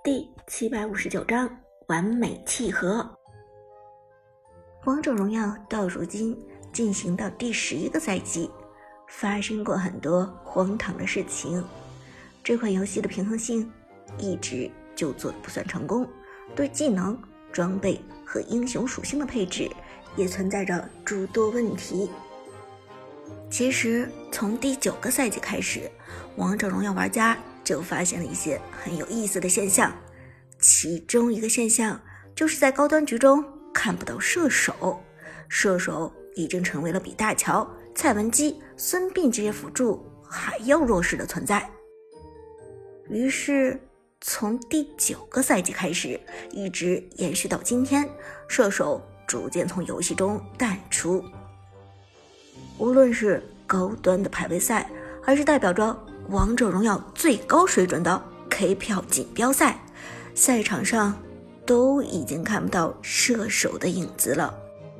第759章完美契合。王者荣耀到如今进行到第11个赛季，发生过很多荒唐的事情。这款游戏的平衡性一直就做得不算成功，对技能、装备和英雄属性的配置也存在着诸多问题。其实从第9个赛季开始，王者荣耀玩家就发现了一些很有意思的现象，其中一个现象就是在高端局中看不到射手，射手已经成为了比大乔、蔡文姬、孙膑这些辅助还要弱势的存在。于是从第9个赛季开始，一直延续到今天，射手逐渐从游戏中淡出。无论是高端的排位赛，还是代表着王者荣耀最高水准的 K 票锦标赛，赛场上都已经看不到射手的影子了。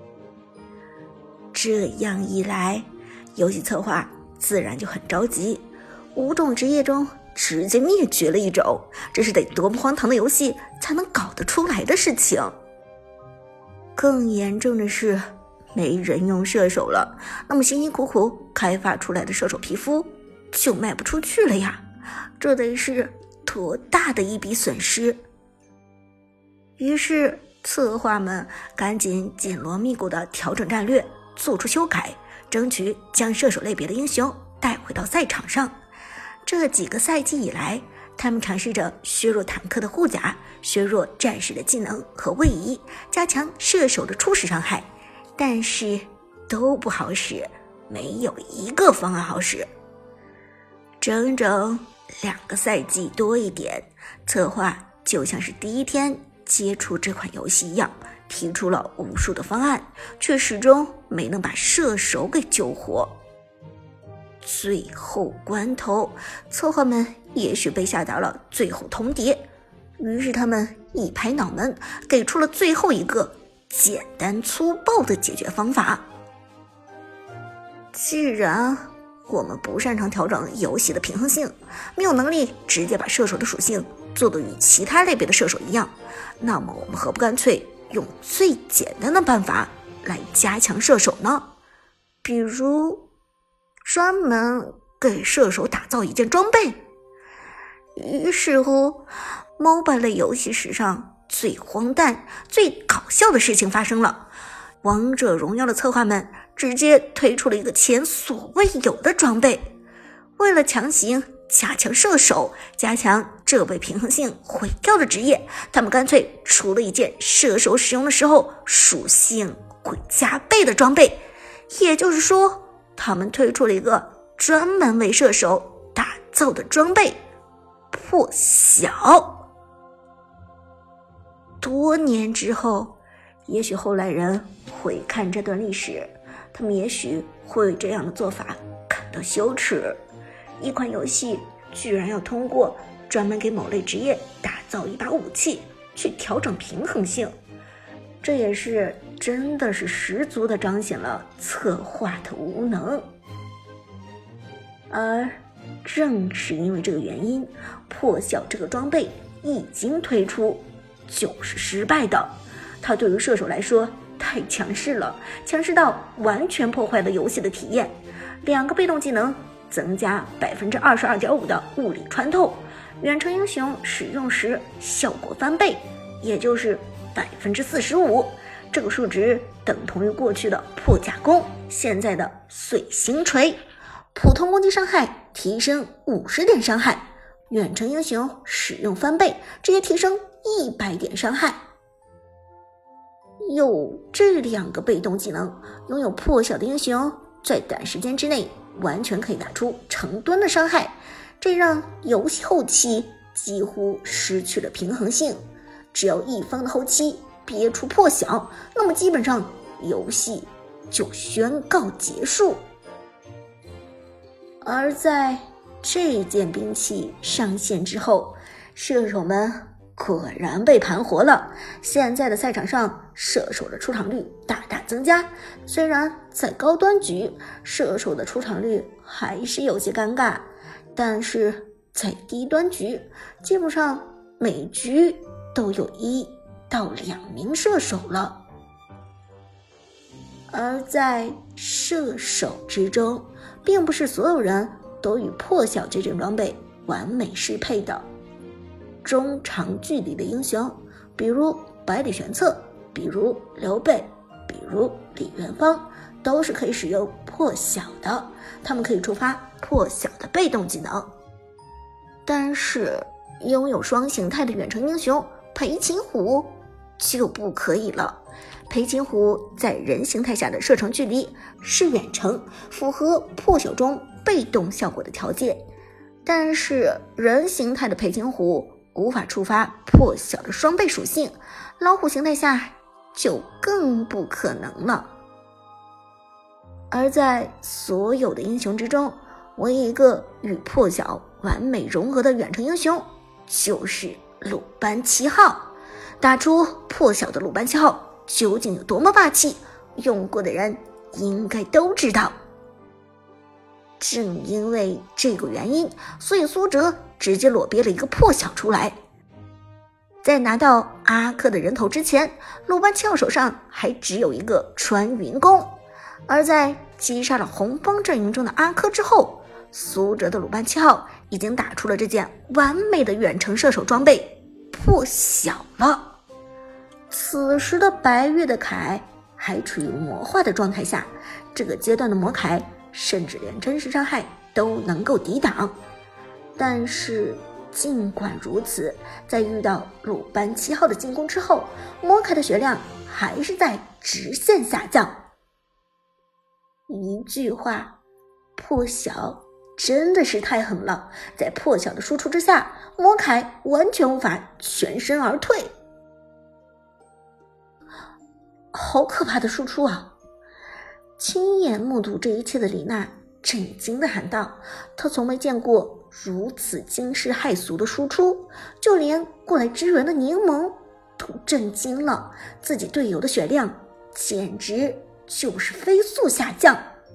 这样一来，游戏策划自然就很着急，5种职业中直接灭绝了一种，这是得多么荒唐的游戏才能搞得出来的事情。更严重的是没人用射手了，那么辛辛苦苦开发出来的射手皮肤就卖不出去了呀，这得是多大的一笔损失。于是策划们赶紧紧锣密鼓地调整战略，做出修改，争取将射手类别的英雄带回到赛场上。这几个赛季以来，他们尝试着削弱坦克的护甲，削弱战士的技能和位移，加强射手的初始伤害，但是都不好使，没有一个方案好使。整整2个赛季多一点，策划就像是第一天接触这款游戏一样，提出了无数的方案，却始终没能把射手给救活。最后关头，策划们也许被下达了最后通牒，于是他们一拍脑门，给出了最后一个简单粗暴的解决方法。既然我们不擅长调整游戏的平衡性，没有能力直接把射手的属性做得与其他类别的射手一样，那么我们何不干脆用最简单的办法来加强射手呢？比如专门给射手打造一件装备。于是乎 MOBA 类游戏史上最荒诞、最搞笑的事情发生了。王者荣耀的策划们直接推出了一个前所未有的装备，为了强行加强射手，加强这被平衡性毁掉的职业，他们干脆出了一件射手使用的时候属性会加倍的装备。也就是说，他们推出了一个专门为射手打造的装备——破晓。多年之后，也许后来人回看这段历史，他们也许会为这样的做法感到羞耻。一款游戏居然要通过专门给某类职业打造一把武器去调整平衡性，这也是真的是十足的彰显了策划的无能。而正是因为这个原因，破晓这个装备一经推出就是失败的。它对于射手来说太强势了，强势到完全破坏了游戏的体验。2个被动技能增加 22.5% 的物理穿透，远程英雄使用时效果翻倍，也就是45%，这个数值等同于过去的破甲弓，现在的碎星锤。普通攻击伤害提升50点伤害，远程英雄使用翻倍，直接提升100点伤害。有这2个被动技能，拥有破晓的英雄在短时间之内完全可以打出成吨的伤害，这让游戏后期几乎失去了平衡性。只要一方的后期憋出破晓，那么基本上游戏就宣告结束。而在这件兵器上线之后，射手们果然被盘活了。现在的赛场上，射手的出场率大大增加，虽然在高端局射手的出场率还是有些尴尬，但是在低端局基本上每局都有1到2名射手了。而在射手之中，并不是所有人都与破晓这件装备完美适配的。中长距离的英雄，比如百里玄策，比如刘备，比如李元芳，都是可以使用破晓的，他们可以触发破晓的被动技能。但是拥有双形态的远程英雄裴擒虎就不可以了。裴擒虎在人形态下的射程距离是远程，符合破晓中被动效果的条件，但是人形态的裴擒虎无法触发破晓的双倍属性，老虎形态下就更不可能了。而在所有的英雄之中，唯一一个与破晓完美融合的远程英雄就是鲁班7号。打出破晓的鲁班7号究竟有多么霸气，用过的人应该都知道。正因为这个原因，所以苏哲直接裸憋了一个破晓出来。在拿到阿珂的人头之前，鲁班7号手上还只有一个穿云弓，而在击杀了红方阵营中的阿珂之后，苏哲的鲁班7号已经打出了这件完美的远程射手装备破晓了。此时的白月的铠还处于魔化的状态下，这个阶段的魔铠甚至连真实伤害都能够抵挡。但是尽管如此，在遇到鲁班7号的进攻之后，魔铠的血量还是在直线下降。一句话，破晓真的是太狠了，在破晓的输出之下，魔铠完全无法全身而退。好可怕的输出啊！亲眼目睹这一切的李娜震惊地喊道，她从没见过如此惊世骇俗的输出，就连过来支援的柠檬都震惊了，自己队友的血量简直就是飞速下降。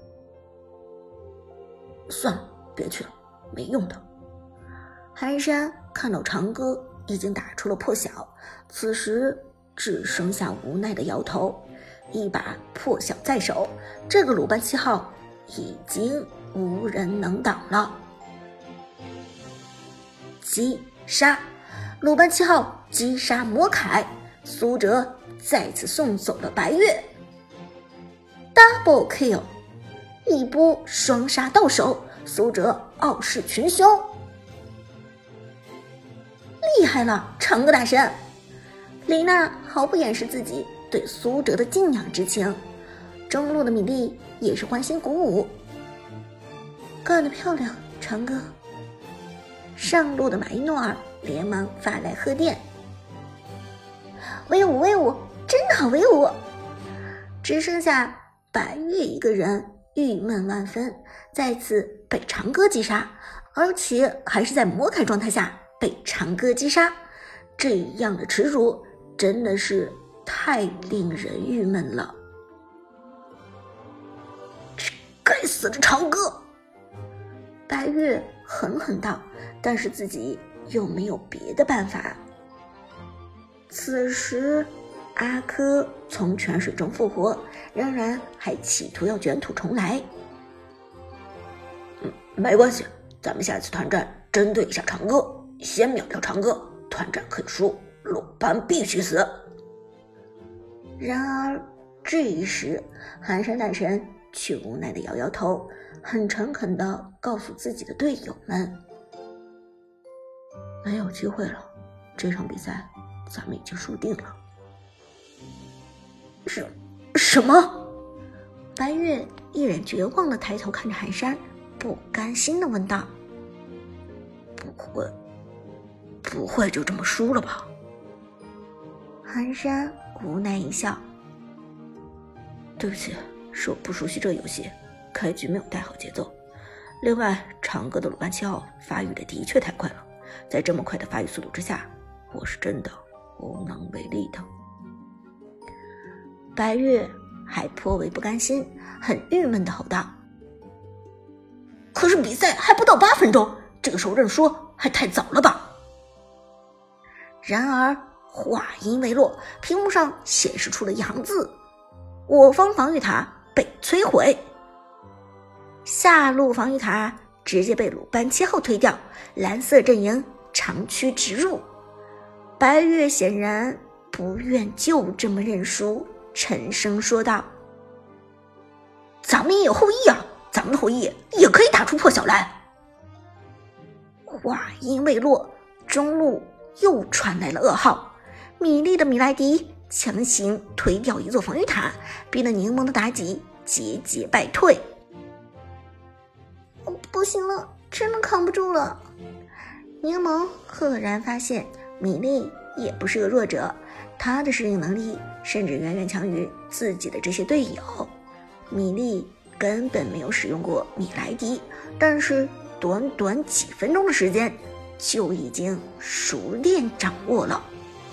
算了，别去了，没用的。寒山看到长歌已经打出了破晓，此时只剩下无奈的摇头。一把破晓在手，这个鲁班7号已经无人能挡了。击杀，鲁班7号击杀魔铠，苏哲再次送走了白月。Double kill， 一波双杀到手，苏哲傲视群雄。厉害了，长歌大神！李娜毫不掩饰自己对苏哲的敬仰之情，中路的米粒也是欢欣鼓舞。干得漂亮，长歌！上路的马伊诺尔连忙发来贺电。威武威武，真好威武！只剩下白月一个人郁闷万分，再次被长歌击杀，而且还是在魔铠状态下被长歌击杀，这样的耻辱真的是太令人郁闷了。该死的长歌！白月狠狠道，但是自己又没有别的办法。此时阿珂从泉水中复活，仍然还企图要卷土重来。没关系，咱们下次团战针对一下长歌，先秒掉长歌，团战可以输，鲁班必须死。然而这时寒山大神却无奈地摇摇头，很诚恳地告诉自己的队友们，没有机会了，这场比赛咱们已经输定了。什么？白月一脸绝望地抬头看着寒山，不甘心地问道，不会就这么输了吧？寒山无奈一笑，对不起，是我不熟悉这游戏，开局没有带好节奏。另外，长歌的鲁班7号发育的确太快了，在这么快的发育速度之下，我是真的无能为力的。白月还颇为不甘心，很郁闷地吼道，可是比赛还不到8分钟，这个时候认输还太早了吧？ 然而话音未落，屏幕上显示出了一行字：我方防御塔被摧毁。下路防御塔直接被鲁班7号推掉，蓝色阵营长驱直入。白月显然不愿就这么认输，沉声说道：咱们也有后羿啊，咱们的后羿也可以打出破晓来。话音未落，中路又传来了噩耗，米粒的米莱迪强行推掉一座防御塔，逼得柠檬的妲己节节败退。不行了，真的扛不住了。柠檬赫然发现米粒也不是个弱者，他的适应能力甚至远远强于自己的这些队友。米粒根本没有使用过米莱迪，但是短短几分钟的时间就已经熟练掌握了。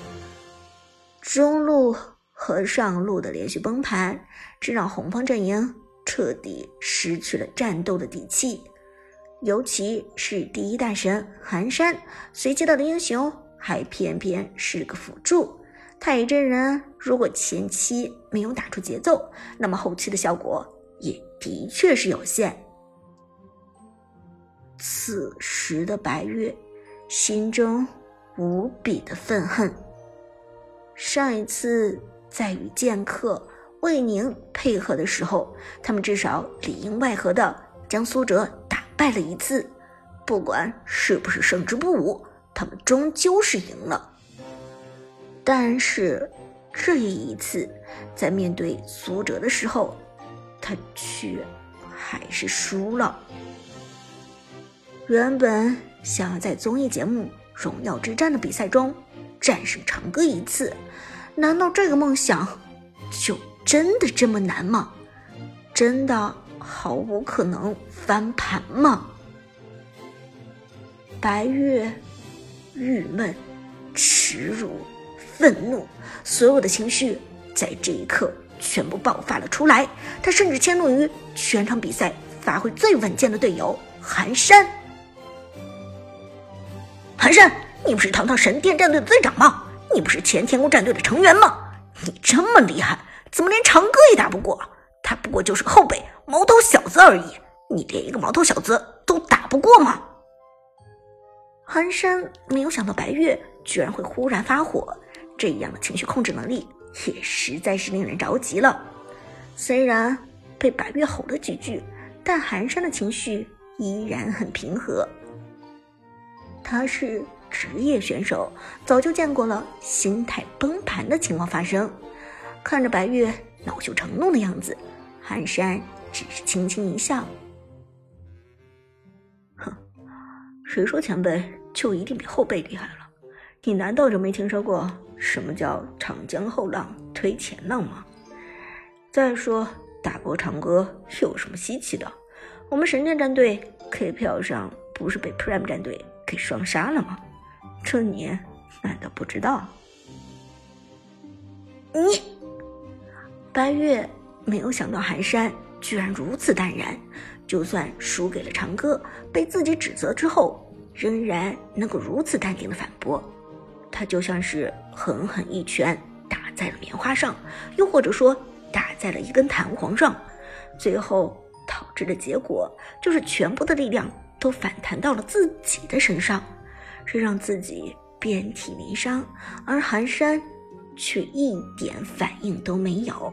中路和上路的连续崩盘，这让红方阵营彻底失去了战斗的底气。尤其是第一大神寒山随接到的英雄还偏偏是个辅助，太乙真人如果前期没有打出节奏，那么后期的效果也的确是有限。此时的白月心中无比的愤恨，上一次在与剑客魏宁配合的时候，他们至少里应外合的将苏哲打败了一次，不管是不是胜之不武，他们终究是赢了。但是这一次在面对苏哲的时候，他却还是输了。原本想要在综艺节目《荣耀之战》的比赛中战胜长歌一次，难道这个梦想就真的这么难吗？真的毫无可能翻盘吗？白月郁闷、耻辱、愤怒，所有的情绪在这一刻全部爆发了出来。他甚至迁怒于全场比赛发挥最稳健的队友寒山。寒山，你不是堂堂神殿战队的队长吗？你不是前天宫战队的成员吗？你这么厉害，怎么连长歌也打不过？他不过就是个后辈毛头小子而已，你连一个毛头小子都打不过吗？寒山没有想到白月居然会忽然发火，这样的情绪控制能力也实在是令人着急了。虽然被白月吼了几句，但寒山的情绪依然很平和。他是职业选手，早就见过了心态崩盘的情况发生。看着白月恼羞成怒的样子，寒山只是轻轻一笑。哼，谁说前辈就一定比后辈厉害了？你难道就没听说过什么叫长江后浪推前浪吗？再说打过长歌有什么稀奇的？我们神殿战队 KPL 上不是被 Prime 战队给双杀了吗？这你难道不知道？你白月没有想到寒山居然如此淡然，就算输给了长歌，被自己指责之后，仍然能够如此淡定的反驳。他就像是狠狠一拳打在了棉花上，又或者说打在了一根弹簧上，最后导致的结果就是全部的力量都反弹到了自己的身上，是让自己遍体鳞伤，而寒山却一点反应都没有。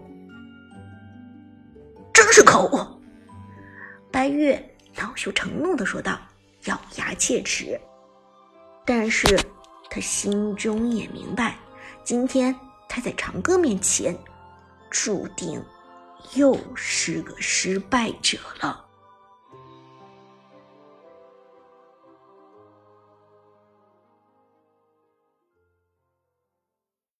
真是可恶！白月恼羞成怒地说道，咬牙切齿。但是他心中也明白，今天他在长歌面前注定又是个失败者了。